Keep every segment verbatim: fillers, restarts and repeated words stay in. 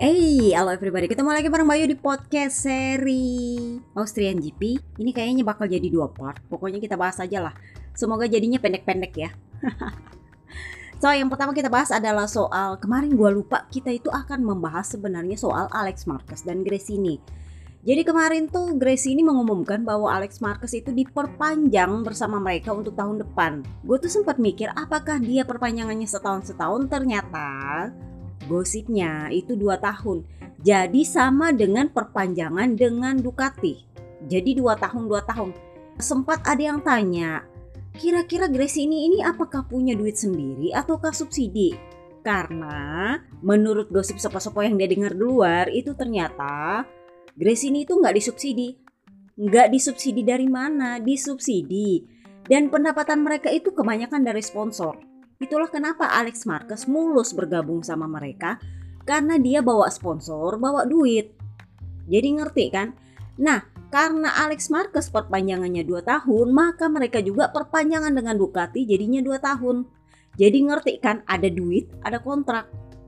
Hey, halo everybody, ketemu lagi bareng Bayu di podcast seri Austrian G P. Ini kayaknya bakal jadi dua part, pokoknya kita bahas aja lah. Semoga jadinya pendek-pendek ya. So, yang pertama kita bahas adalah soal, kemarin gua lupa kita itu akan membahas sebenarnya soal Alex Marquez dan Gresini. Jadi kemarin tuh Gresini mengumumkan bahwa Alex Marquez itu diperpanjang bersama mereka untuk tahun depan. Gue tuh sempat mikir apakah dia perpanjangannya setahun-setahun, ternyata gosipnya itu dua tahun. Jadi sama dengan perpanjangan dengan Ducati. Jadi dua tahun dua tahun. Sempat ada yang tanya, kira-kira Gresini ini apakah punya duit sendiri ataukah subsidi? Karena menurut gosip sopo-sopo yang dia dengar di luar itu ternyata Gresini itu nggak disubsidi. Nggak disubsidi dari mana? Disubsidi. Dan pendapatan mereka itu kebanyakan dari sponsor. Itulah kenapa Alex Marquez mulus bergabung sama mereka, karena dia bawa sponsor, bawa duit. Jadi ngerti kan? Nah, karena Alex Marquez perpanjangannya dua tahun, maka mereka juga perpanjangan dengan Ducati jadinya dua tahun. Jadi ngerti kan? Ada duit, ada kontrak.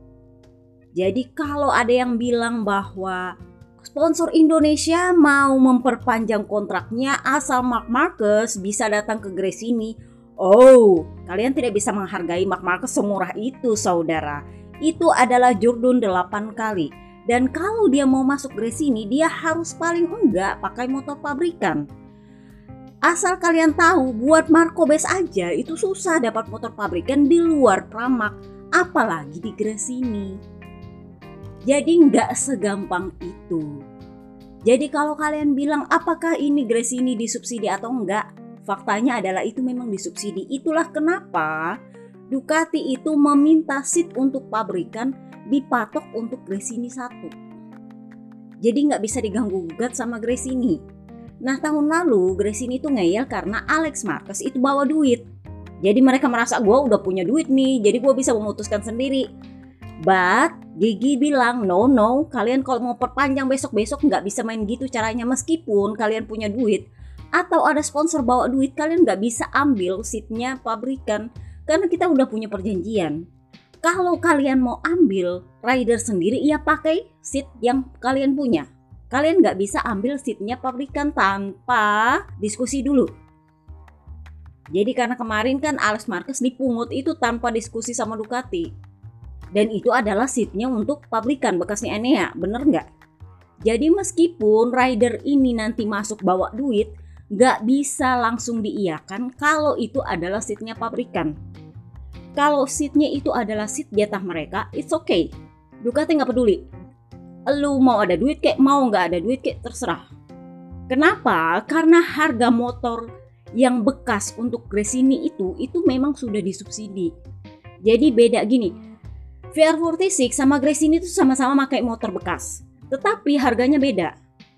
Jadi kalau ada yang bilang bahwa sponsor Indonesia mau memperpanjang kontraknya asal Marc Marquez bisa datang ke Gresini. Oh, kalian tidak bisa menghargai Marc Marquez semurah itu, saudara. Itu adalah Jordan delapan kali. Dan kalau dia mau masuk Gresini, dia harus paling enggak pakai motor pabrikan. Asal kalian tahu, buat Marco Bes aja itu susah dapat motor pabrikan di luar Pramac, apalagi di Gresini. Jadi enggak segampang itu. Jadi kalau kalian bilang apakah ini Gresini disubsidi atau enggak, faktanya adalah itu memang disubsidi. Itulah kenapa Ducati itu meminta seat untuk pabrikan dipatok untuk Gresini satu. Jadi nggak bisa diganggu gugat sama Gresini. Nah tahun lalu Gresini itu ngeyel karena Alex Marquez itu bawa duit. Jadi mereka merasa gue udah punya duit nih, jadi gue bisa memutuskan sendiri. But Gigi bilang no no, kalian kalau mau perpanjang besok-besok nggak bisa main gitu caranya. Meskipun kalian punya duit atau ada sponsor bawa duit, kalian gak bisa ambil seatnya pabrikan karena kita udah punya perjanjian. Kalau kalian mau ambil rider sendiri, ya pakai seat yang kalian punya. Kalian gak bisa ambil seatnya pabrikan tanpa diskusi dulu. Jadi karena kemarin kan Alex Marquez dipungut itu tanpa diskusi sama Ducati. Dan itu adalah seatnya untuk pabrikan bekasnya Enea, bener gak? Jadi meskipun rider ini nanti masuk bawa duit, gak bisa langsung diiyakan kalau itu adalah seatnya pabrikan. Kalau seatnya itu adalah seat jatah mereka, it's okay. Ducati gak peduli. Lu mau ada duit kek, mau gak ada duit kek, terserah. Kenapa? Karena harga motor yang bekas untuk Gresini itu, itu memang sudah disubsidi. Jadi beda gini, V R empat puluh enam sama Gresini itu sama-sama pakai motor bekas. Tetapi harganya beda.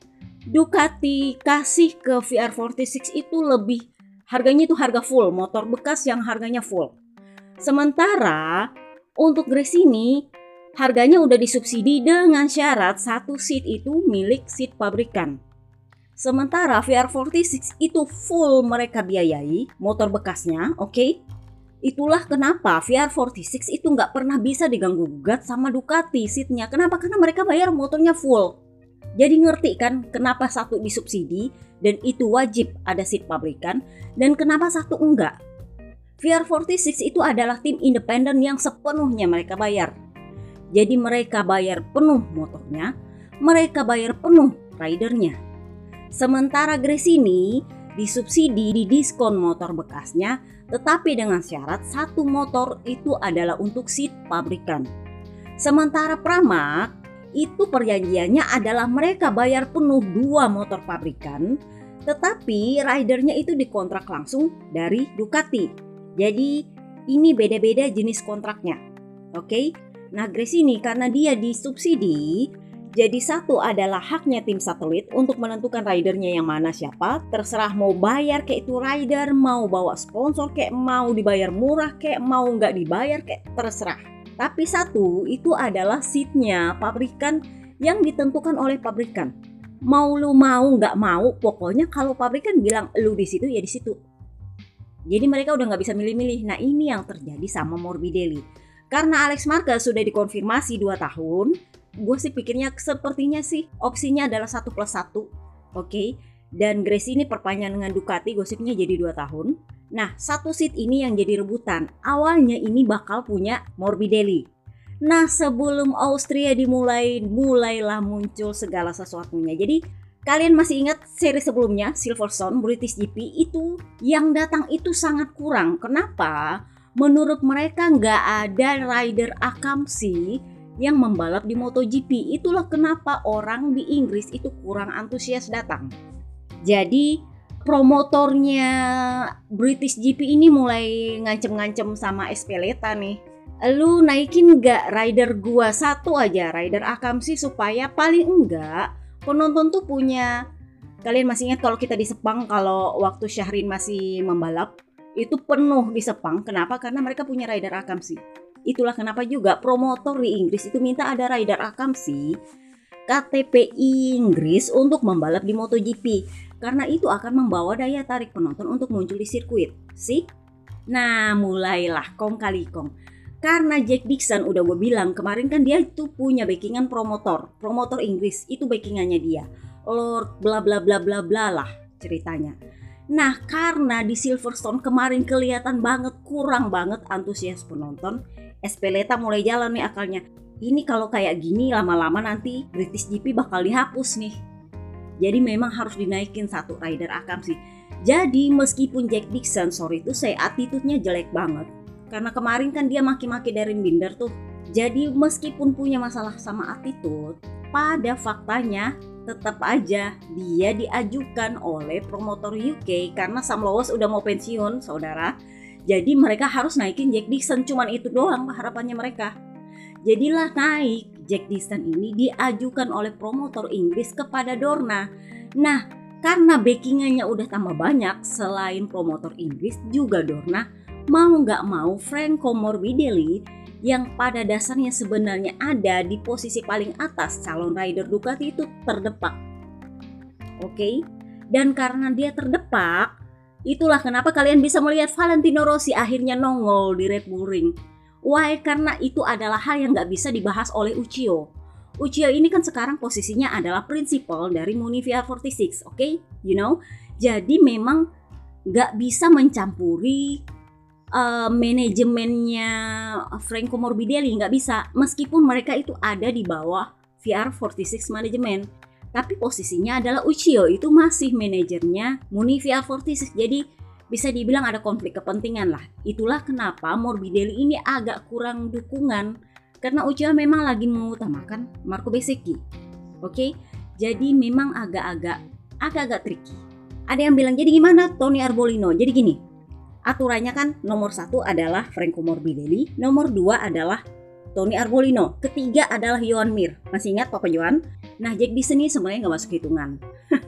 Ducati kasih ke V R empat puluh enam itu lebih, harganya itu harga full, motor bekas yang harganya full. Sementara untuk Gresini harganya udah disubsidi dengan syarat satu seat itu milik seat pabrikan. Sementara V R empat puluh enam itu full mereka biayai motor bekasnya, oke? Okay? Itulah kenapa V R empat puluh enam itu nggak pernah bisa diganggu gugat sama Ducati seatnya. Kenapa? Karena mereka bayar motornya full. Jadi ngerti kan kenapa satu disubsidi dan itu wajib ada seat pabrikan dan kenapa satu enggak. V R empat puluh enam itu adalah tim independen yang sepenuhnya mereka bayar. Jadi mereka bayar penuh motornya, mereka bayar penuh ridernya. Sementara Gresini disubsidi, di diskon motor bekasnya, tetapi dengan syarat satu motor itu adalah untuk seat pabrikan. Sementara Pramac itu perjanjiannya adalah mereka bayar penuh dua motor pabrikan, tetapi ridernya itu dikontrak langsung dari Ducati. Jadi ini beda-beda jenis kontraknya. Oke? Okay? Nah Gresini karena dia disubsidi, jadi satu adalah haknya tim satelit untuk menentukan ridernya yang mana siapa. Terserah mau bayar kayak itu rider, mau bawa sponsor kayak, mau dibayar murah kayak, mau nggak dibayar kayak, terserah. Tapi satu itu adalah seatnya pabrikan yang ditentukan oleh pabrikan. Mau lu mau nggak mau, pokoknya kalau pabrikan bilang lu di situ ya di situ. Jadi mereka udah nggak bisa milih-milih. Nah ini yang terjadi sama Morbidelli. Karena Alex Marquez sudah dikonfirmasi dua tahun, gue sih pikirnya sepertinya sih opsinya adalah satu plus satu. Oke, okay? Dan Gracie ini perpanjang dengan Ducati, gosipnya jadi dua tahun. Nah, satu seat ini yang jadi rebutan. Awalnya ini bakal punya Morbidelli. Nah, sebelum Austria dimulai, mulailah muncul segala sesuatunya. Jadi, kalian masih ingat seri sebelumnya, Silverstone, British G P, itu yang datang itu sangat kurang. Kenapa? Menurut mereka nggak ada rider akamsi yang membalap di MotoGP. Itulah kenapa orang di Inggris itu kurang antusias datang. Jadi promotornya British G P ini mulai ngancem-ngancem sama Espeleta nih. Lu naikin gak rider gua satu aja, rider akamsi, supaya paling enggak penonton tuh punya. Kalian masih ingat kalau kita di Sepang, kalau waktu Syahrin masih membalap itu penuh di Sepang. Kenapa? Karena mereka punya rider akamsi. Itulah kenapa juga promotor di Inggris itu minta ada rider akamsi K T P Inggris untuk membalap di MotoGP, karena itu akan membawa daya tarik penonton untuk muncul di sirkuit. Sih? Nah, mulailah kong kali kong. Karena Jack Dixon, udah gue bilang kemarin kan dia itu punya backingan promotor, promotor Inggris, itu backingannya dia. Lord bla bla bla bla bla lah ceritanya. Nah, karena di Silverstone kemarin kelihatan banget kurang banget antusias penonton, Espeleta mulai jalan nih akalnya. Ini kalau kayak gini lama-lama nanti British G P bakal dihapus nih. Jadi memang harus dinaikin satu rider akamsi. Jadi meskipun Jack Dixon, sorry itu saya attitude-nya jelek banget. Karena kemarin kan dia maki-maki Darren Binder tuh. Jadi meskipun punya masalah sama attitude, pada faktanya tetap aja dia diajukan oleh promotor U K karena Sam Lowe's udah mau pensiun, saudara. Jadi mereka harus naikin Jack Dixon, cuman itu doang harapannya mereka. Jadilah naik Jack Dixon ini diajukan oleh promotor Inggris kepada Dorna. Nah, karena backingannya udah tambah banyak, selain promotor Inggris juga Dorna mau gak mau Franco Morbidelli yang pada dasarnya sebenarnya ada di posisi paling atas calon rider Ducati itu terdepak. Oke, okay? Dan karena dia terdepak, itulah kenapa kalian bisa melihat Valentino Rossi akhirnya nongol di Red Bull Ring. Why? Karena itu adalah hal yang gak bisa dibahas oleh Uchiyo. Uchiyo ini kan sekarang posisinya adalah principal dari Muni V R empat puluh enam, oke? Okay? You know? Jadi memang gak bisa mencampuri uh, manajemennya Franco Morbidelli, gak bisa. Meskipun mereka itu ada di bawah V R empat puluh enam manajemen. Tapi posisinya adalah Uchiyo itu masih manajernya Muni V R empat puluh enam. Jadi bisa dibilang ada konflik kepentingan lah. Itulah kenapa Morbidelli ini agak kurang dukungan. Karena Uchiyo memang lagi mengutamakan Marco Bezzecchi. Oke, jadi memang agak-agak agak-agak tricky. Ada yang bilang jadi gimana Tony Arbolino? Jadi gini, aturannya kan nomor satu adalah Franco Morbidelli, nomor dua adalah Tony Arbolino, ketiga adalah Joan Mir. Masih ingat Papa Joan? Nah, Jack Dixon ini sebenarnya nggak masuk hitungan.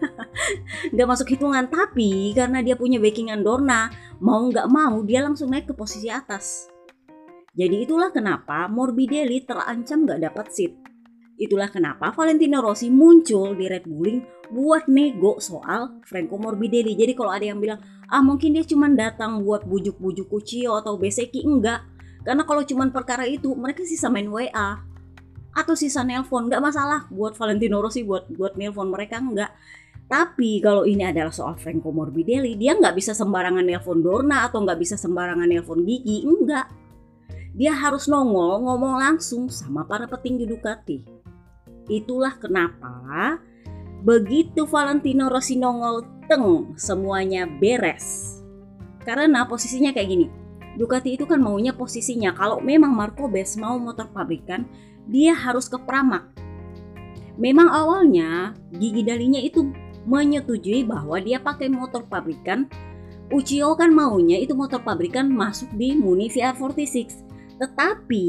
Nggak masuk hitungan, tapi karena dia punya backingan Dorna, mau nggak mau dia langsung naik ke posisi atas. Jadi itulah kenapa Morbidelli terancam nggak dapat seat. Itulah kenapa Valentino Rossi muncul di Red Bull Ring buat nego soal Franco Morbidelli. Jadi kalau ada yang bilang, ah mungkin dia cuma datang buat bujuk-bujuk Uchiyo atau Bezzecchi, enggak. Karena kalau cuma perkara itu, mereka sisa main W A atau sisa nelpon, nggak masalah buat Valentino Rossi buat buat nelpon mereka, enggak. Tapi kalau ini adalah soal Franco Morbidelli, dia nggak bisa sembarangan nelpon Dorna atau nggak bisa sembarangan nelpon Gigi, enggak. Dia harus nongol ngomong langsung sama para petinggi Ducati. Itulah kenapa begitu Valentino Rossi nongol, teng, semuanya beres. Karena posisinya kayak gini. Ducati itu kan maunya posisinya kalau memang Marco Bez mau motor pabrikan, dia harus ke Pramac. Memang awalnya Gigi Dalinya itu menyetujui bahwa dia pakai motor pabrikan. Uchiyo kan maunya itu motor pabrikan masuk di Muni V R empat puluh enam. Tetapi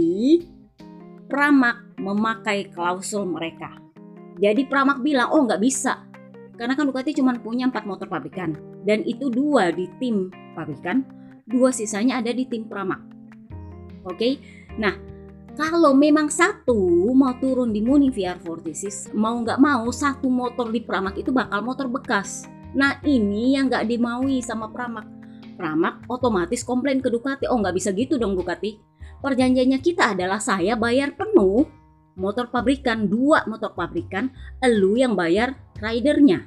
Pramac memakai klausul mereka. Jadi Pramac bilang, oh nggak bisa. Karena kan Ducati cuma punya empat motor pabrikan. Dan itu dua di tim pabrikan, dua sisanya ada di tim Pramac. Oke, nah kalau memang satu mau turun di Muni V R empat puluh enam, mau nggak mau satu motor di Pramac itu bakal motor bekas. Nah ini yang nggak dimaui sama Pramac. Pramac otomatis komplain ke Ducati, oh nggak bisa gitu dong Ducati. Perjanjiannya kita adalah saya bayar penuh motor pabrikan, dua motor pabrikan, elu yang bayar ridernya.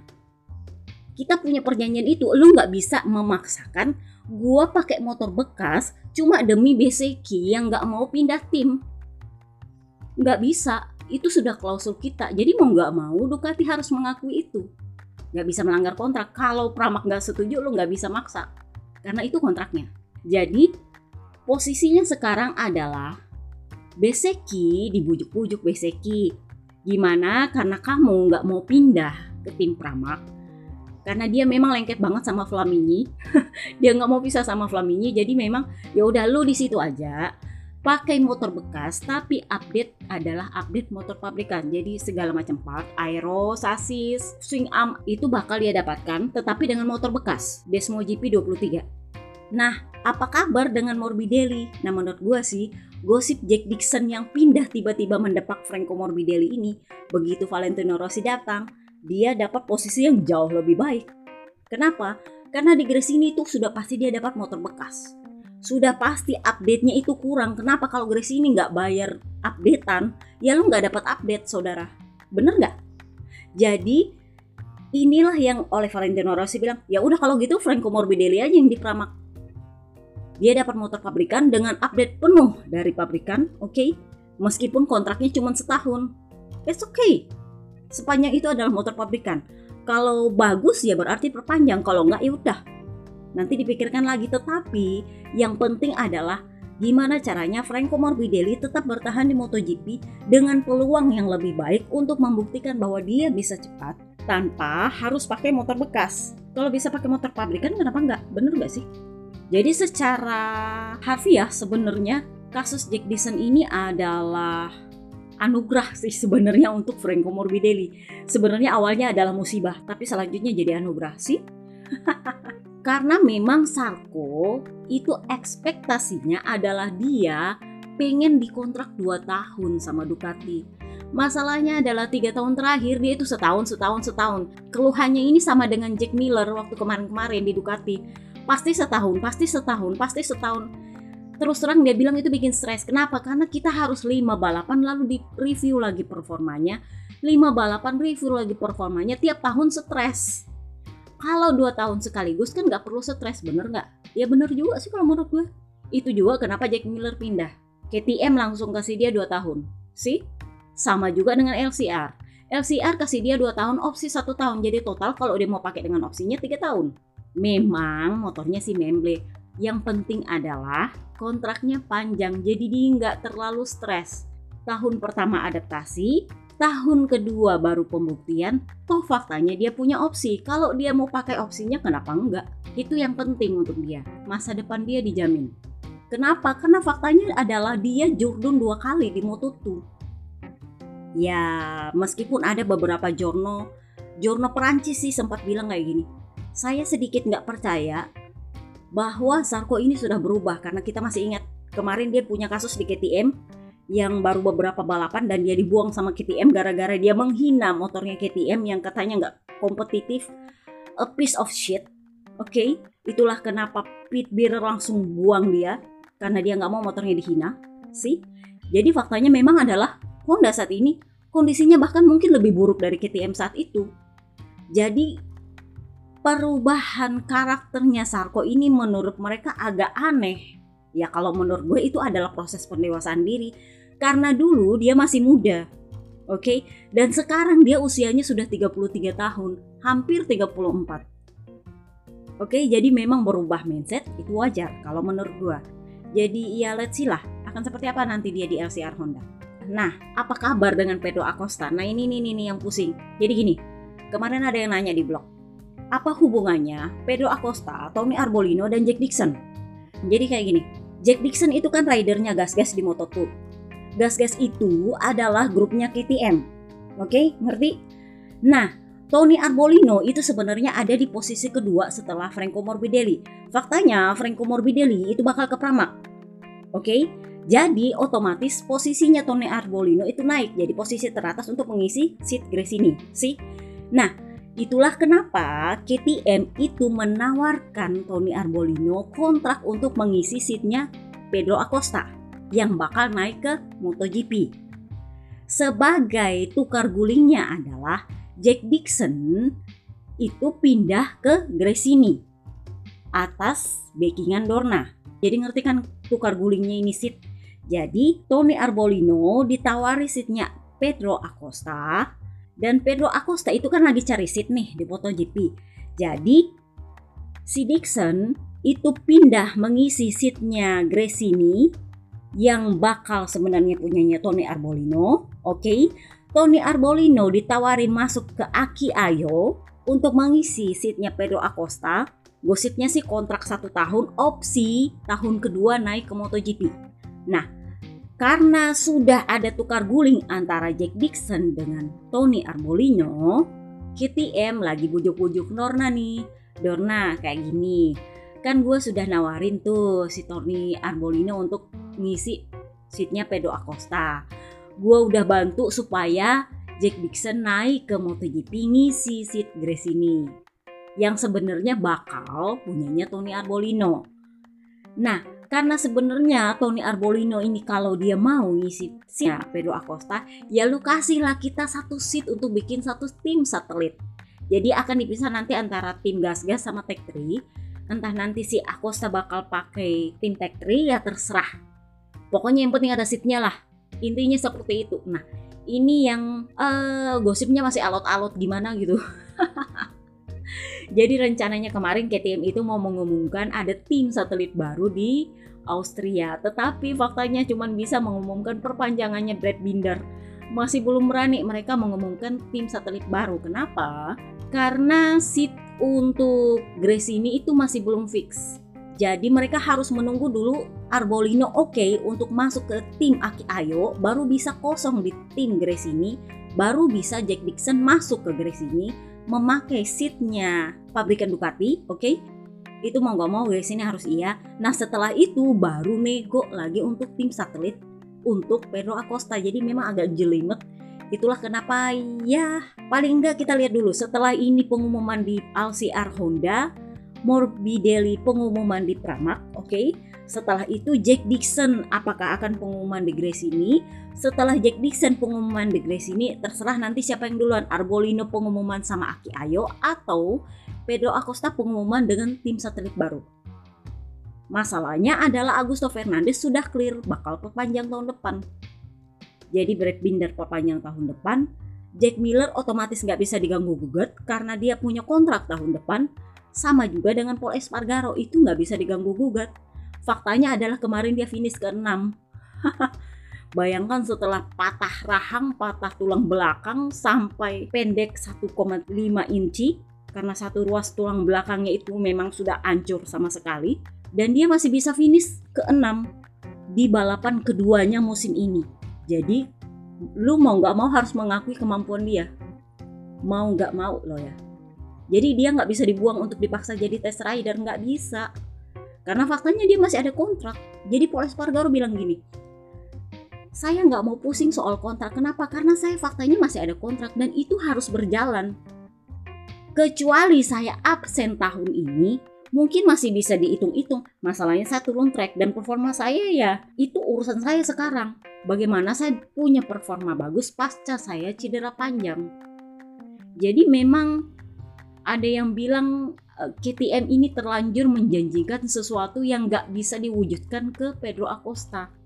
Kita punya perjanjian itu, lu nggak bisa memaksakan gua pakai motor bekas cuma demi Bezzecchi yang nggak mau pindah tim. Nggak bisa, itu sudah klausul kita. Jadi mau nggak mau Ducati harus mengakui itu. Nggak bisa melanggar kontrak. Kalau Pramac nggak setuju, lu nggak bisa maksa, karena itu kontraknya. Jadi posisinya sekarang adalah Bezzecchi dibujuk-bujuk. Bezzecchi, gimana karena kamu nggak mau pindah ke tim Pramac? Karena dia memang lengket banget sama Flamini. Dia nggak mau pisah sama Flamini, jadi memang ya udah lu di situ aja. Pakai motor bekas, tapi update adalah update motor pabrikan. Jadi segala macam part, aero, sasis, swing arm itu bakal dia dapatkan, tetapi dengan motor bekas Desmo G P dua puluh tiga. Nah, apa kabar dengan Morbidelli? Nah, menurut gue sih, gosip Jack Dixon yang pindah tiba-tiba mendepak Franco Morbidelli ini, begitu Valentino Rossi datang, dia dapat posisi yang jauh lebih baik. Kenapa? Karena di Gresini itu sudah pasti dia dapat motor bekas. Sudah pasti update-nya itu kurang. Kenapa kalau Gresini nggak bayar updatean, ya lu nggak dapat update, saudara. Bener nggak? Jadi inilah yang oleh Valentino Rossi bilang, ya udah kalau gitu Franco Morbidelli aja yang di Pramac. Dia dapat motor pabrikan dengan update penuh dari pabrikan, oke? Okay? Meskipun kontraknya cuma setahun, it's okay. Sepanjang itu adalah motor pabrikan. Kalau bagus ya berarti perpanjang, kalau enggak ya udah. Nanti dipikirkan lagi, tetapi yang penting adalah gimana caranya Franco Morbidelli tetap bertahan di MotoGP dengan peluang yang lebih baik untuk membuktikan bahwa dia bisa cepat tanpa harus pakai motor bekas. Kalau bisa pakai motor pabrikan kenapa enggak? Bener enggak sih? Jadi secara harfiah sebenarnya kasus Jack Dixon ini adalah anugerah sih sebenarnya untuk Franco Morbidelli. Sebenarnya awalnya adalah musibah, tapi selanjutnya jadi anugerah sih. Karena memang Zarco itu ekspektasinya adalah dia pengen dikontrak dua tahun sama Ducati. Masalahnya adalah tiga tahun terakhir dia itu setahun, setahun, setahun. Keluhannya ini sama dengan Jack Miller waktu kemarin-kemarin di Ducati. Pasti setahun, pasti setahun, pasti setahun. Terus terang dia bilang itu bikin stres. Kenapa? Karena kita harus lima balapan lalu di review lagi performanya. lima balapan review lagi performanya, tiap tahun stres. Kalau dua tahun sekaligus kan gak perlu stres, bener gak? Ya bener juga sih kalau menurut gue. Itu juga kenapa Jack Miller pindah. K T M langsung kasih dia dua tahun. Sih? Sama juga dengan L C R. L C R kasih dia dua tahun, opsi satu tahun. Jadi total kalau dia mau pakai dengan opsinya tiga tahun. Memang motornya si Memble. Yang penting adalah kontraknya panjang, jadi dia nggak terlalu stres. Tahun pertama adaptasi, tahun kedua baru pembuktian. Toh faktanya dia punya opsi. Kalau dia mau pakai opsinya kenapa enggak? Itu yang penting untuk dia. Masa depan dia dijamin. Kenapa? Karena faktanya adalah dia jurdun dua kali di Moto dua. Ya meskipun ada beberapa jurno, jurno Perancis sih sempat bilang kayak gini. Saya sedikit nggak percaya bahwa Zarco ini sudah berubah, karena kita masih ingat kemarin dia punya kasus di K T M yang baru beberapa balapan dan dia dibuang sama K T M gara-gara dia menghina motornya K T M yang katanya nggak kompetitif, a piece of shit. Oke, okay? Itulah kenapa Pit Bearer langsung buang dia karena dia nggak mau motornya dihina. Sih, jadi faktanya memang adalah Honda saat ini kondisinya bahkan mungkin lebih buruk dari K T M saat itu. Jadi perubahan karakternya Zarco ini menurut mereka agak aneh. Ya kalau menurut gue itu adalah proses pendewasaan diri. Karena dulu dia masih muda. Oke, okay? Dan sekarang dia usianya sudah tiga puluh tiga tahun. Hampir tiga puluh empat. Oke, okay? Jadi memang berubah mindset itu wajar kalau menurut gue. Jadi ya let's see lah. Akan seperti apa nanti dia di L C R Honda. Nah, apa kabar dengan Pedro Acosta? Nah ini nih nih yang pusing. Jadi gini, kemarin ada yang nanya di blog. Apa hubungannya Pedro Acosta, Tony Arbolino, dan Jack Dixon? Jadi kayak gini, Jack Dixon itu kan ridernya Gas-Gas di Moto dua. Gas-Gas itu adalah grupnya K T M. Oke, ngerti? Nah, Tony Arbolino itu sebenarnya ada di posisi kedua setelah Franco Morbidelli. Faktanya Franco Morbidelli itu bakal ke Pramac. Oke, jadi otomatis posisinya Tony Arbolino itu naik jadi posisi teratas untuk mengisi seat Gresini. Sih? Nah, itulah kenapa K T M itu menawarkan Tony Arbolino kontrak untuk mengisi seatnya Pedro Acosta yang bakal naik ke MotoGP. Sebagai tukar gulingnya adalah Jack Dixon itu pindah ke Gresini atas backingan Dorna. Jadi ngerti kan tukar gulingnya ini seat. Jadi Tony Arbolino ditawari seatnya Pedro Acosta, dan Pedro Acosta itu kan lagi cari seat nih di MotoGP. Jadi si Dixon itu pindah mengisi seatnya Gresini yang bakal sebenarnya punyanya Tony Arbolino. Oke, okay? Tony Arbolino ditawarin masuk ke Aki Ayo untuk mengisi seatnya Pedro Acosta. Gosipnya sih kontrak satu tahun, opsi tahun kedua naik ke MotoGP. Nah, karena sudah ada tukar guling antara Jack Dixon dengan Tony Arbolino, K T M lagi bujuk-bujuk Dorna nih. Dorna kayak gini, kan gue sudah nawarin tuh si Tony Arbolino untuk ngisi seatnya Pedro Acosta. Gue udah bantu supaya Jack Dixon naik ke MotoGP ngisi seat Gresini yang sebenarnya bakal punyanya Tony Arbolino. Nah, karena sebenarnya Tony Arbolino ini kalau dia mau ngisi seat Pedro Acosta, ya lu kasihlah kita satu seat untuk bikin satu tim satelit. Jadi akan dipisah nanti antara tim gas-gas sama Tech tiga. Entah nanti si Acosta bakal pakai tim Tech tiga, ya terserah. Pokoknya yang penting ada seatnya lah. Intinya seperti itu. Nah, ini yang uh, gosipnya masih alot-alot gimana gitu. Jadi rencananya kemarin K T M itu mau mengumumkan ada tim satelit baru di Austria, tetapi faktanya cuma bisa mengumumkan perpanjangannya Brad Binder. Masih belum berani mereka mengumumkan tim satelit baru. Kenapa? Karena seat untuk Gresini itu masih belum fix. Jadi mereka harus menunggu dulu Arbolino oke okay untuk masuk ke tim Aki Ayo, baru bisa kosong di tim Gresini, baru bisa Jack Dixon masuk ke Gresini memakai seatnya pabrikan Ducati, oke? Okay? Itu mau gak mau Gresini harus iya. Nah setelah itu baru nego lagi untuk tim satelit untuk Pedro Acosta. Jadi memang agak jelimet. Itulah kenapa ya paling enggak kita lihat dulu setelah ini pengumuman di L C R Honda, Morbidelli pengumuman di Pramac, oke? Okay? Setelah itu Jack Dixon apakah akan pengumuman di Gresini? Setelah Jack Dixon pengumuman di Gresini, terserah nanti siapa yang duluan, Arbolino pengumuman sama Aki Ayo atau Pedro Acosta pengumuman dengan tim satelit baru. Masalahnya adalah Augusto Fernandez sudah clear bakal perpanjang tahun depan. Jadi Brad Binder perpanjang tahun depan, Jack Miller otomatis nggak bisa diganggu gugat karena dia punya kontrak tahun depan. Sama juga dengan Pol Espargaro, itu nggak bisa diganggu gugat. Faktanya adalah kemarin dia finish ke enam. Bayangkan setelah patah rahang, patah tulang belakang sampai pendek satu koma lima inci karena satu ruas tulang belakangnya itu memang sudah hancur sama sekali, dan dia masih bisa finish ke enam di balapan keduanya musim ini. Jadi lu mau nggak mau harus mengakui kemampuan dia, mau nggak mau lo ya. Jadi dia nggak bisa dibuang untuk dipaksa jadi test rider, nggak bisa. Karena faktanya dia masih ada kontrak. Jadi Pol Espargaro bilang gini, saya nggak mau pusing soal kontrak. Kenapa? Karena saya faktanya masih ada kontrak dan itu harus berjalan. Kecuali saya absen tahun ini, mungkin masih bisa dihitung-hitung. Masalahnya saya turun track dan performa saya ya itu urusan saya sekarang. Bagaimana saya punya performa bagus pasca saya cedera panjang. Jadi memang ada yang bilang K T M ini terlanjur menjanjikan sesuatu yang gak bisa diwujudkan ke Pedro Acosta.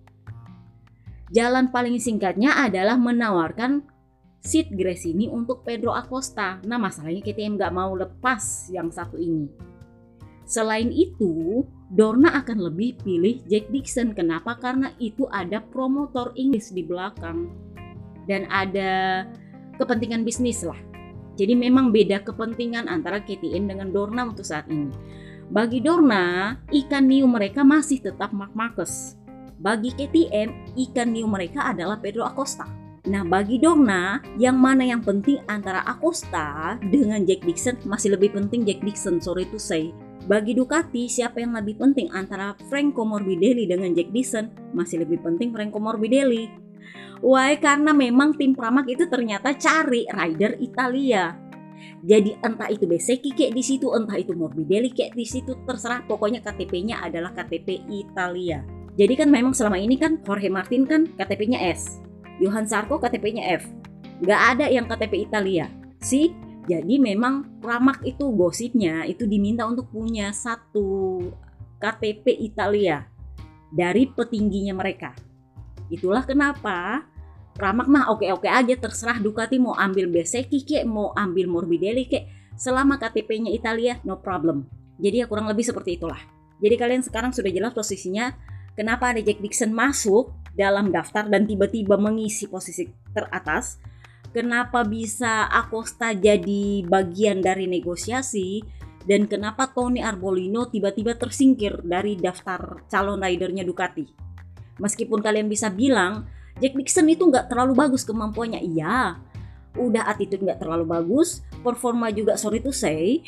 Jalan paling singkatnya adalah menawarkan seat Gresini untuk Pedro Acosta. Nah masalahnya K T M gak mau lepas yang satu ini. Selain itu, Dorna akan lebih pilih Jack Dixon. Kenapa? Karena itu ada promotor Inggris di belakang. Dan ada kepentingan bisnis lah. Jadi memang beda kepentingan antara K T M dengan Dorna untuk saat ini. Bagi Dorna, ikan hiu mereka masih tetap Marc Marquez. Bagi K T M, ikan hiu mereka adalah Pedro Acosta. Nah bagi Dorna, yang mana yang penting antara Acosta dengan Jack Dixon? Masih lebih penting Jack Dixon, sorry to say. Bagi Ducati, siapa yang lebih penting antara Franco Morbidelli dengan Jack Dixon? Masih lebih penting Franco Morbidelli. Why? Karena memang tim Pramac itu ternyata cari rider Italia. Jadi entah itu Bezzecchi kayak di situ, entah itu Morbidelli kayak di situ, terserah. Pokoknya K T P-nya adalah K T P Italia. Jadi kan memang selama ini kan Jorge Martin kan K T P-nya S. Johan Zarco K T P-nya F. Nggak ada yang K T P Italia. Sih, jadi memang Pramac itu gosipnya itu diminta untuk punya satu K T P Italia dari petingginya mereka. Itulah kenapa Pramac mah oke-oke aja, terserah Ducati mau ambil Bezzecchi kek, mau ambil Morbidelli kek, selama K T P-nya Italia no problem. Jadi ya kurang lebih seperti itulah. Jadi kalian sekarang sudah jelas posisinya kenapa ada Jack Dixon masuk dalam daftar dan tiba-tiba mengisi posisi teratas. Kenapa bisa Acosta jadi bagian dari negosiasi, dan kenapa Tony Arbolino tiba-tiba tersingkir dari daftar calon ridernya Ducati. Meskipun kalian bisa bilang Jack Dixon itu nggak terlalu bagus kemampuannya, iya. Udah attitude nggak terlalu bagus, performa juga sorry to say.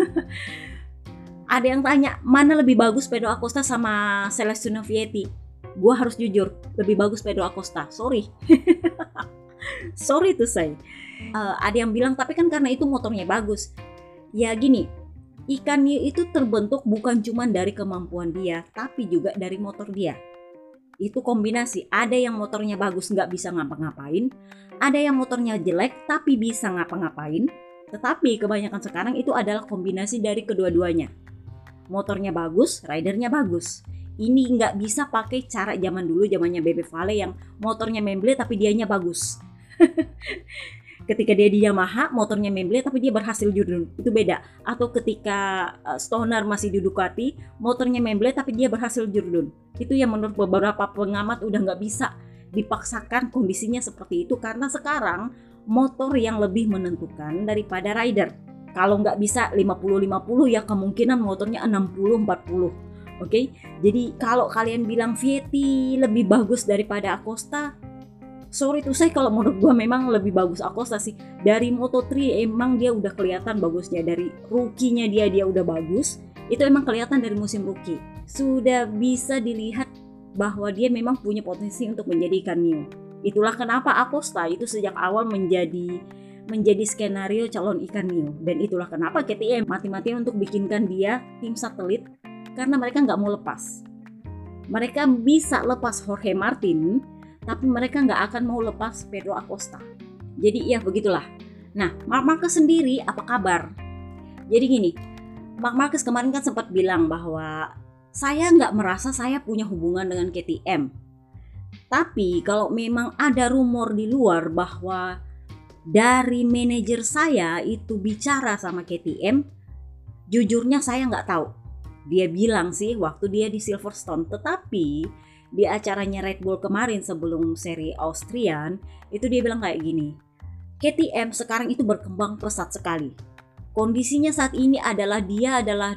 Ada yang tanya, mana lebih bagus Pedro Acosta sama Celestino Vietti? Gua harus jujur, lebih bagus Pedro Acosta, sorry. Sorry to say. Uh, ada yang bilang, tapi kan karena itu motornya bagus. Ya gini, ikan hiu itu terbentuk bukan cuma dari kemampuan dia, tapi juga dari motor dia. Itu kombinasi, ada yang motornya bagus nggak bisa ngapa-ngapain, ada yang motornya jelek tapi bisa ngapa-ngapain, tetapi kebanyakan sekarang itu adalah kombinasi dari kedua-duanya. Motornya bagus, ridernya bagus. Ini nggak bisa pakai cara zaman dulu, zamannya Bebe Vale yang motornya memble tapi dianya bagus. Ketika dia di Yamaha, motornya memble tapi dia berhasil jurdun, itu beda. Atau ketika uh, Stoner masih di Ducati, motornya memble tapi dia berhasil jurdun. Itu yang menurut beberapa pengamat udah nggak bisa dipaksakan kondisinya seperti itu, karena sekarang motor yang lebih menentukan daripada rider. Kalau nggak bisa lima puluh lima puluh ya kemungkinan motornya enam puluh empat puluh. Oke, okay? Jadi kalau kalian bilang Vietti lebih bagus daripada Acosta, sorry tuh saya kalau menurut gue memang lebih bagus Acosta sih. Dari Moto tiga emang dia udah kelihatan bagusnya, dari rookie-nya dia dia udah bagus. Itu emang kelihatan dari musim rookie. Sudah bisa dilihat bahwa dia memang punya potensi untuk menjadi ikan hiu. Itulah kenapa Acosta itu sejak awal menjadi menjadi skenario calon ikan hiu, dan itulah kenapa K T M mati-matian untuk bikinkan dia tim satelit, karena mereka nggak mau lepas. Mereka bisa lepas Jorge Martin, tapi mereka nggak akan mau lepas Pedro Acosta. Jadi ya begitulah. Nah, Marc Marquez sendiri apa kabar? Jadi gini, Marc Marquez kemarin kan sempat bilang bahwa saya nggak merasa saya punya hubungan dengan K T M. Tapi kalau memang ada rumor di luar bahwa dari manajer saya itu bicara sama K T M, jujurnya saya nggak tahu. Dia bilang sih waktu dia di Silverstone, tetapi di acaranya Red Bull kemarin sebelum seri Austrian, itu dia bilang kayak gini, K T M sekarang itu berkembang pesat sekali. Kondisinya saat ini adalah dia adalah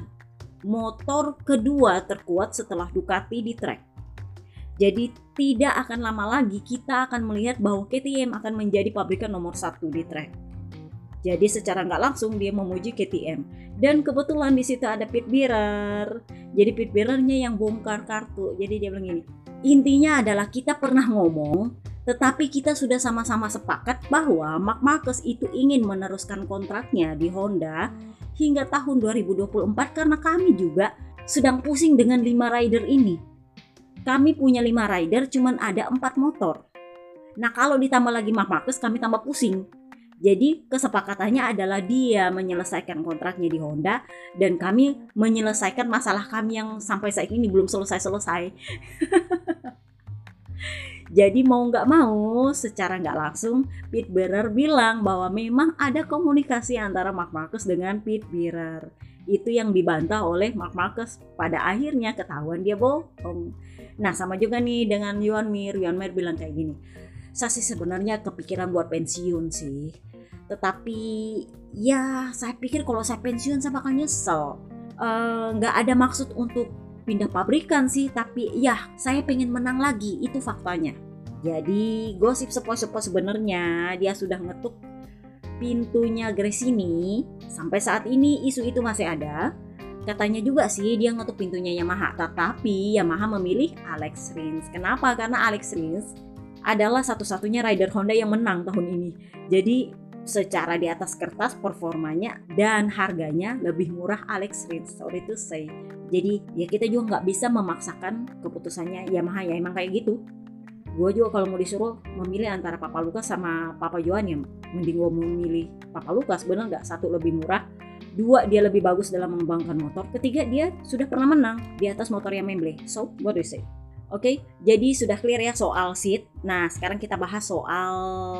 motor kedua terkuat setelah Ducati di track. Jadi tidak akan lama lagi kita akan melihat bahwa K T M akan menjadi pabrikan nomor satu di track. Jadi secara nggak langsung dia memuji K T M. Dan kebetulan di situ ada Pit Bierer. Jadi Pit Bierernya yang bongkar kartu. Jadi dia bilang gini, intinya adalah kita pernah ngomong, tetapi kita sudah sama-sama sepakat bahwa Marc Marquez itu ingin meneruskan kontraknya di Honda hingga tahun dua ribu dua puluh empat, karena kami juga sedang pusing dengan lima rider ini. Kami punya lima rider, cuman ada empat motor. Nah kalau ditambah lagi Marc Marquez, kami tambah pusing. Jadi kesepakatannya adalah dia menyelesaikan kontraknya di Honda, dan kami menyelesaikan masalah kami yang sampai saat ini belum selesai-selesai. Jadi mau nggak mau, secara nggak langsung, Pit Bierer bilang bahwa memang ada komunikasi antara Marc Marquez dengan Pit Bierer. Itu yang dibantah oleh Marc Marquez. Pada akhirnya ketahuan dia bohong. Nah sama juga nih dengan Joan Mir. Joan Mir bilang kayak gini, saya sih sebenarnya kepikiran buat pensiun sih. Tetapi ya saya pikir kalau saya pensiun saya bakal nyesel. Nggak uh, ada maksud untuk pindah pabrikan sih, tapi ya saya pengen menang lagi, itu faktanya. Jadi gosip sepoi-sepoi sebenarnya dia sudah ngetuk pintunya Gresini. Sampai saat ini isu itu masih ada. Katanya juga sih dia ngetuk pintunya Yamaha, tetapi Yamaha memilih Alex Rins. Kenapa? Karena Alex Rins adalah satu-satunya rider Honda yang menang tahun ini. Jadi secara di atas kertas performanya dan harganya lebih murah Alex Rins, sorry to say. Jadi ya kita juga nggak bisa memaksakan keputusannya Yamaha, ya emang kayak gitu. Gue juga kalau mau disuruh memilih antara Papa Lukas sama Papa Johan, ya mending gue memilih Papa Lukas. Bener nggak? Satu, lebih murah. Dua, dia lebih bagus dalam mengembangkan motor. Ketiga, dia sudah pernah menang di atas motor yang Memble. So, what do you say? Oke, okay, jadi sudah clear ya soal seat. Nah, sekarang kita bahas soal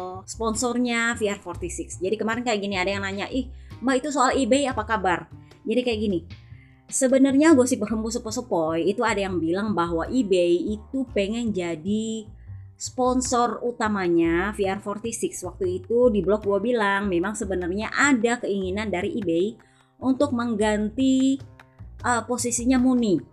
sponsornya V R empat puluh enam. Jadi kemarin kayak gini, ada yang nanya, ih Mbak itu soal eBay apa kabar? Jadi kayak gini, sebenarnya gosip berhembus sepoi-sepoi itu ada yang bilang bahwa eBay itu pengen jadi sponsor utamanya V R empat puluh enam. Waktu itu di blog gue bilang memang sebenarnya ada keinginan dari eBay untuk mengganti uh, posisinya Muni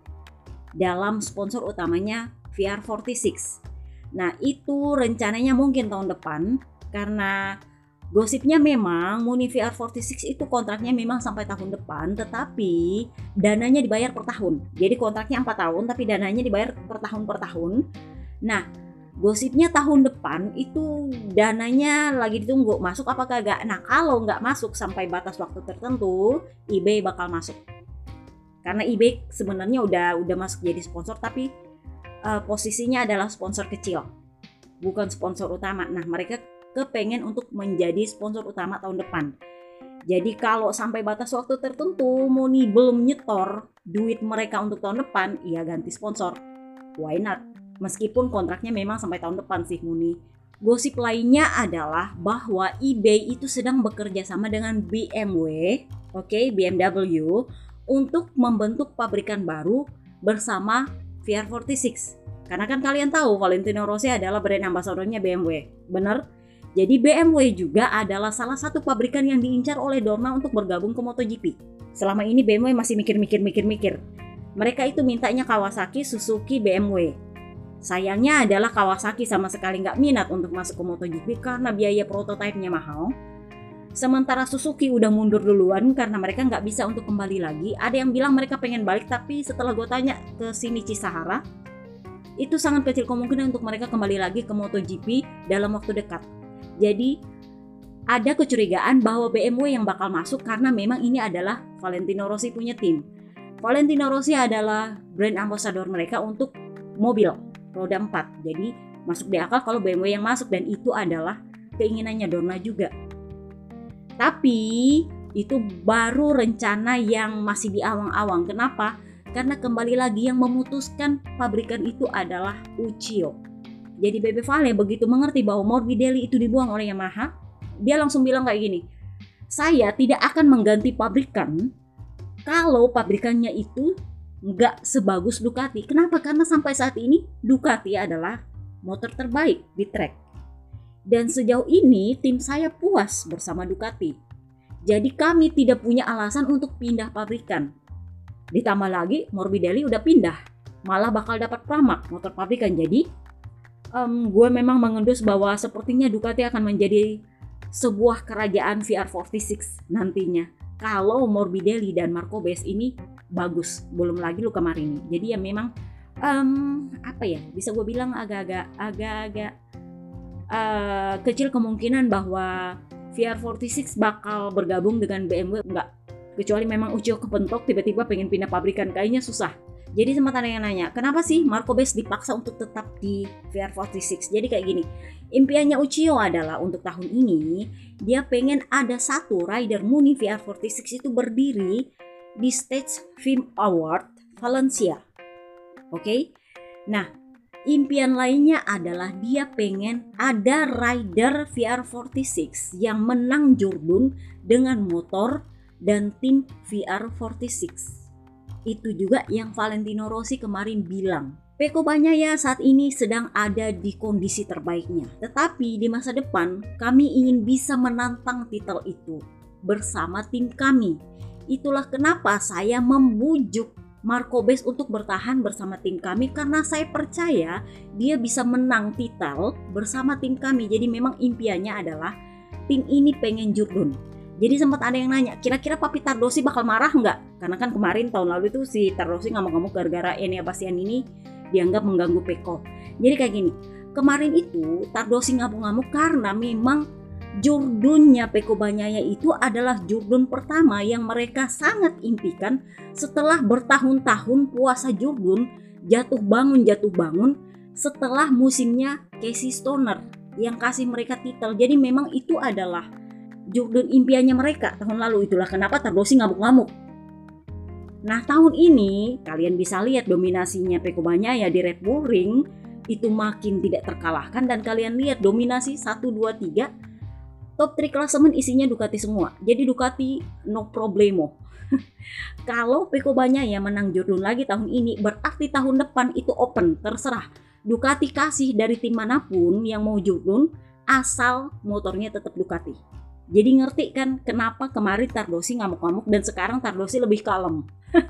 dalam sponsor utamanya V R empat puluh enam. Nah itu rencananya mungkin tahun depan, karena gosipnya memang Muni V R empat puluh enam itu kontraknya memang sampai tahun depan, tetapi dananya dibayar per tahun. Jadi kontraknya empat tahun tapi dananya dibayar per tahun per tahun. Nah gosipnya tahun depan itu dananya lagi ditunggu masuk apa kagak. Nah kalau nggak masuk sampai batas waktu tertentu, eBay bakal masuk. Karena eBay sebenarnya udah udah masuk jadi sponsor, tapi uh, posisinya adalah sponsor kecil, bukan sponsor utama. Nah mereka kepengen untuk menjadi sponsor utama tahun depan. Jadi kalau sampai batas waktu tertentu Muni belum nyetor duit mereka untuk tahun depan, ya ganti sponsor. Why not? Meskipun kontraknya memang sampai tahun depan sih Muni. Gosip lainnya adalah bahwa eBay itu sedang bekerja sama dengan B M W, oke, okay, B M W, untuk membentuk pabrikan baru bersama V R empat puluh enam. Karena kan kalian tahu Valentino Rossi adalah brand ambassadornya B M W, bener? Jadi B M W juga adalah salah satu pabrikan yang diincar oleh Dorna untuk bergabung ke MotoGP. Selama ini B M W masih mikir-mikir-mikir-mikir. Mereka itu mintanya Kawasaki, Suzuki, B M W. Sayangnya adalah Kawasaki sama sekali nggak minat untuk masuk ke MotoGP karena biaya prototipenya mahal. Sementara Suzuki udah mundur duluan karena mereka nggak bisa untuk kembali lagi. Ada yang bilang mereka pengen balik, tapi setelah gue tanya ke Shinichi Sahara, itu sangat kecil kemungkinan untuk mereka kembali lagi ke MotoGP dalam waktu dekat. Jadi ada kecurigaan bahwa B M W yang bakal masuk karena memang ini adalah Valentino Rossi punya tim. Valentino Rossi adalah brand ambassador mereka untuk mobil roda empat. Jadi masuk di akal kalau B M W yang masuk, dan itu adalah keinginannya Dorna juga. Tapi itu baru rencana yang masih di awang-awang. Kenapa? Karena kembali lagi yang memutuskan pabrikan itu adalah Uchiyo. Jadi Bebe Vale begitu mengerti bahwa Morbidelli itu dibuang oleh Yamaha, dia langsung bilang kayak gini, saya tidak akan mengganti pabrikan kalau pabrikannya itu nggak sebagus Ducati. Kenapa? Karena sampai saat ini Ducati adalah motor terbaik di track. Dan sejauh ini tim saya puas bersama Ducati. Jadi kami tidak punya alasan untuk pindah pabrikan. Ditambah lagi Morbidelli udah pindah, malah bakal dapat Pramac motor pabrikan. Jadi um, gue memang mengendus bahwa sepertinya Ducati akan menjadi sebuah kerajaan V R empat puluh enam nantinya. Kalau Morbidelli dan Marco Bez ini bagus, belum lagi Luca Marini. Jadi ya memang um, apa ya, bisa gue bilang agak-agak agak-agak Uh, kecil kemungkinan bahwa V R empat puluh enam bakal bergabung dengan B M W, enggak. Kecuali memang Uchiyo kepentok tiba-tiba pengen pindah pabrikan, kayaknya susah. Jadi sempat ada yang nanya, kenapa sih Marco Bez dipaksa untuk tetap di V R empat puluh enam? Jadi kayak gini, impiannya Uchiyo adalah untuk tahun ini dia pengen ada satu rider Muni V R empat puluh enam itu berdiri di stage Film Award Valencia. Oke? Okay? Nah, impian lainnya adalah dia pengen ada rider V R empat puluh enam yang menang Jurdun dengan motor dan tim V R empat puluh enam. Itu juga yang Valentino Rossi kemarin bilang. Pecco Bagnaia saat ini sedang ada di kondisi terbaiknya. Tetapi di masa depan kami ingin bisa menantang titel itu bersama tim kami. Itulah kenapa saya membujuk Marco Bez untuk bertahan bersama tim kami, karena saya percaya dia bisa menang titel bersama tim kami. Jadi memang impiannya adalah tim ini pengen Jurdun. Jadi sempat ada yang nanya, kira-kira Papi Tardosi bakal marah nggak? Karena kan kemarin tahun lalu itu si Tardosi ngamuk-ngamuk gara-gara Enea Bastian ini dianggap mengganggu Pecco. Jadi kayak gini, kemarin itu Tardosi ngamuk-ngamuk karena memang Jurdunnya Pecco Bagnaia itu adalah Jurdun pertama yang mereka sangat impikan setelah bertahun-tahun puasa Jurdun, jatuh bangun jatuh bangun setelah musimnya Casey Stoner yang kasih mereka titel. Jadi memang itu adalah Jordan impiannya mereka tahun lalu. Itulah kenapa Tardosi ngamuk-ngamuk. Nah tahun ini kalian bisa lihat dominasinya Pecco Bagnaia di Red Bull Ring itu makin tidak terkalahkan. Dan kalian lihat dominasi satu, dua, tiga top tiga klasemen isinya Ducati semua. Jadi Ducati no problemo. Kalau Pecco Bagnaia menang Jordan lagi tahun ini, berarti tahun depan itu open, terserah. Ducati kasih dari tim manapun yang mau Jordan, asal motornya tetap Ducati. Jadi ngerti kan kenapa kemarin Tardosi ngamuk-ngamuk dan sekarang Tardosi lebih kalem.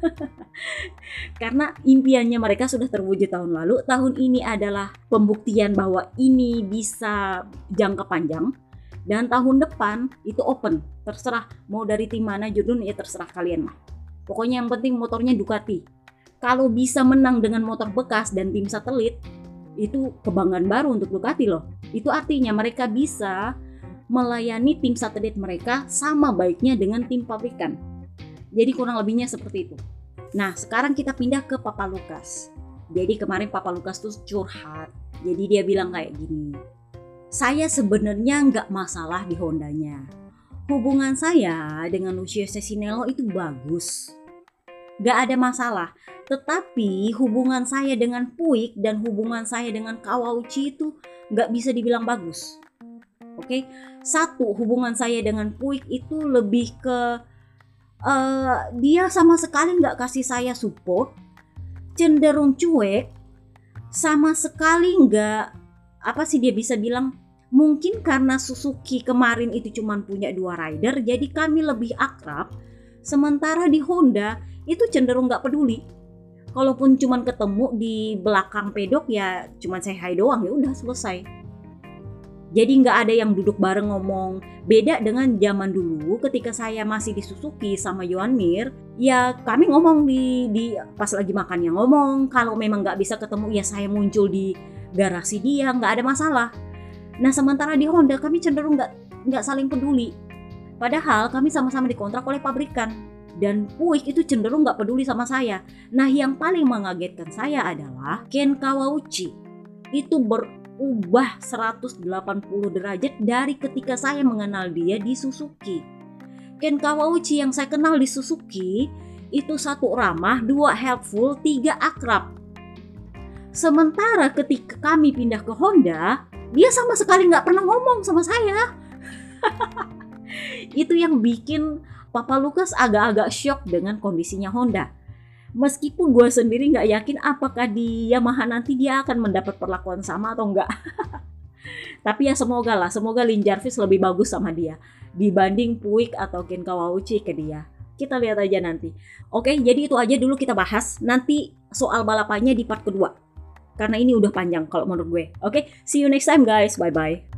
Karena impiannya mereka sudah terwujud tahun lalu. Tahun ini adalah pembuktian bahwa ini bisa jangka panjang. Dan tahun depan itu open, terserah mau dari tim mana Jordan, ya terserah kalian lah. Pokoknya yang penting motornya Ducati. Kalau bisa menang dengan motor bekas dan tim satelit, itu kebanggaan baru untuk Ducati loh. Itu artinya mereka bisa melayani tim satelit mereka sama baiknya dengan tim pabrikan. Jadi kurang lebihnya seperti itu. Nah sekarang kita pindah ke Papa Lukas. Jadi kemarin Papa Lukas tuh curhat. Jadi dia bilang kayak gini, saya sebenarnya nggak masalah di Hondanya. Hubungan saya dengan Lucio Cesinello itu bagus. Nggak ada masalah. Tetapi hubungan saya dengan Puig dan hubungan saya dengan Kawauchi itu nggak bisa dibilang bagus. Oke, satu, hubungan saya dengan Puig itu lebih ke uh, dia sama sekali nggak kasih saya support, cenderung cuek, sama sekali nggak, apa sih dia bisa bilang, mungkin karena Suzuki kemarin itu cuma punya dua rider, jadi kami lebih akrab. Sementara di Honda itu cenderung nggak peduli. Kalaupun cuma ketemu di belakang pedok ya cuma say hi doang, ya udah selesai. Jadi nggak ada yang duduk bareng ngomong. Beda dengan zaman dulu ketika saya masih di Suzuki sama Johan Mir, ya kami ngomong di, di pas lagi makan yang ngomong. Kalau memang nggak bisa ketemu ya saya muncul di garasi dia, nggak ada masalah. Nah sementara di Honda kami cenderung nggak nggak saling peduli. Padahal kami sama-sama dikontrak oleh pabrikan. Dan Puig itu cenderung nggak peduli sama saya. Nah yang paling mengagetkan saya adalah Ken Kawauchi itu berubah seratus delapan puluh derajat dari ketika saya mengenal dia di Suzuki. Ken Kawauchi yang saya kenal di Suzuki itu satu ramah, dua helpful, tiga akrab. Sementara ketika kami pindah ke Honda, dia sama sekali nggak pernah ngomong sama saya. Itu yang bikin Papa Lukas agak-agak shock dengan kondisinya Honda. Meskipun gue sendiri nggak yakin apakah di Yamaha nanti dia akan mendapat perlakuan sama atau enggak. Tapi ya semoga lah, semoga Lin Jarvis lebih bagus sama dia dibanding Puig atau Ken Kawauchi ke dia. Kita lihat aja nanti. Oke, jadi itu aja dulu kita bahas. Nanti soal balapannya di part kedua. Karena ini udah panjang kalau menurut gue. Oke, see you next time guys. Bye-bye.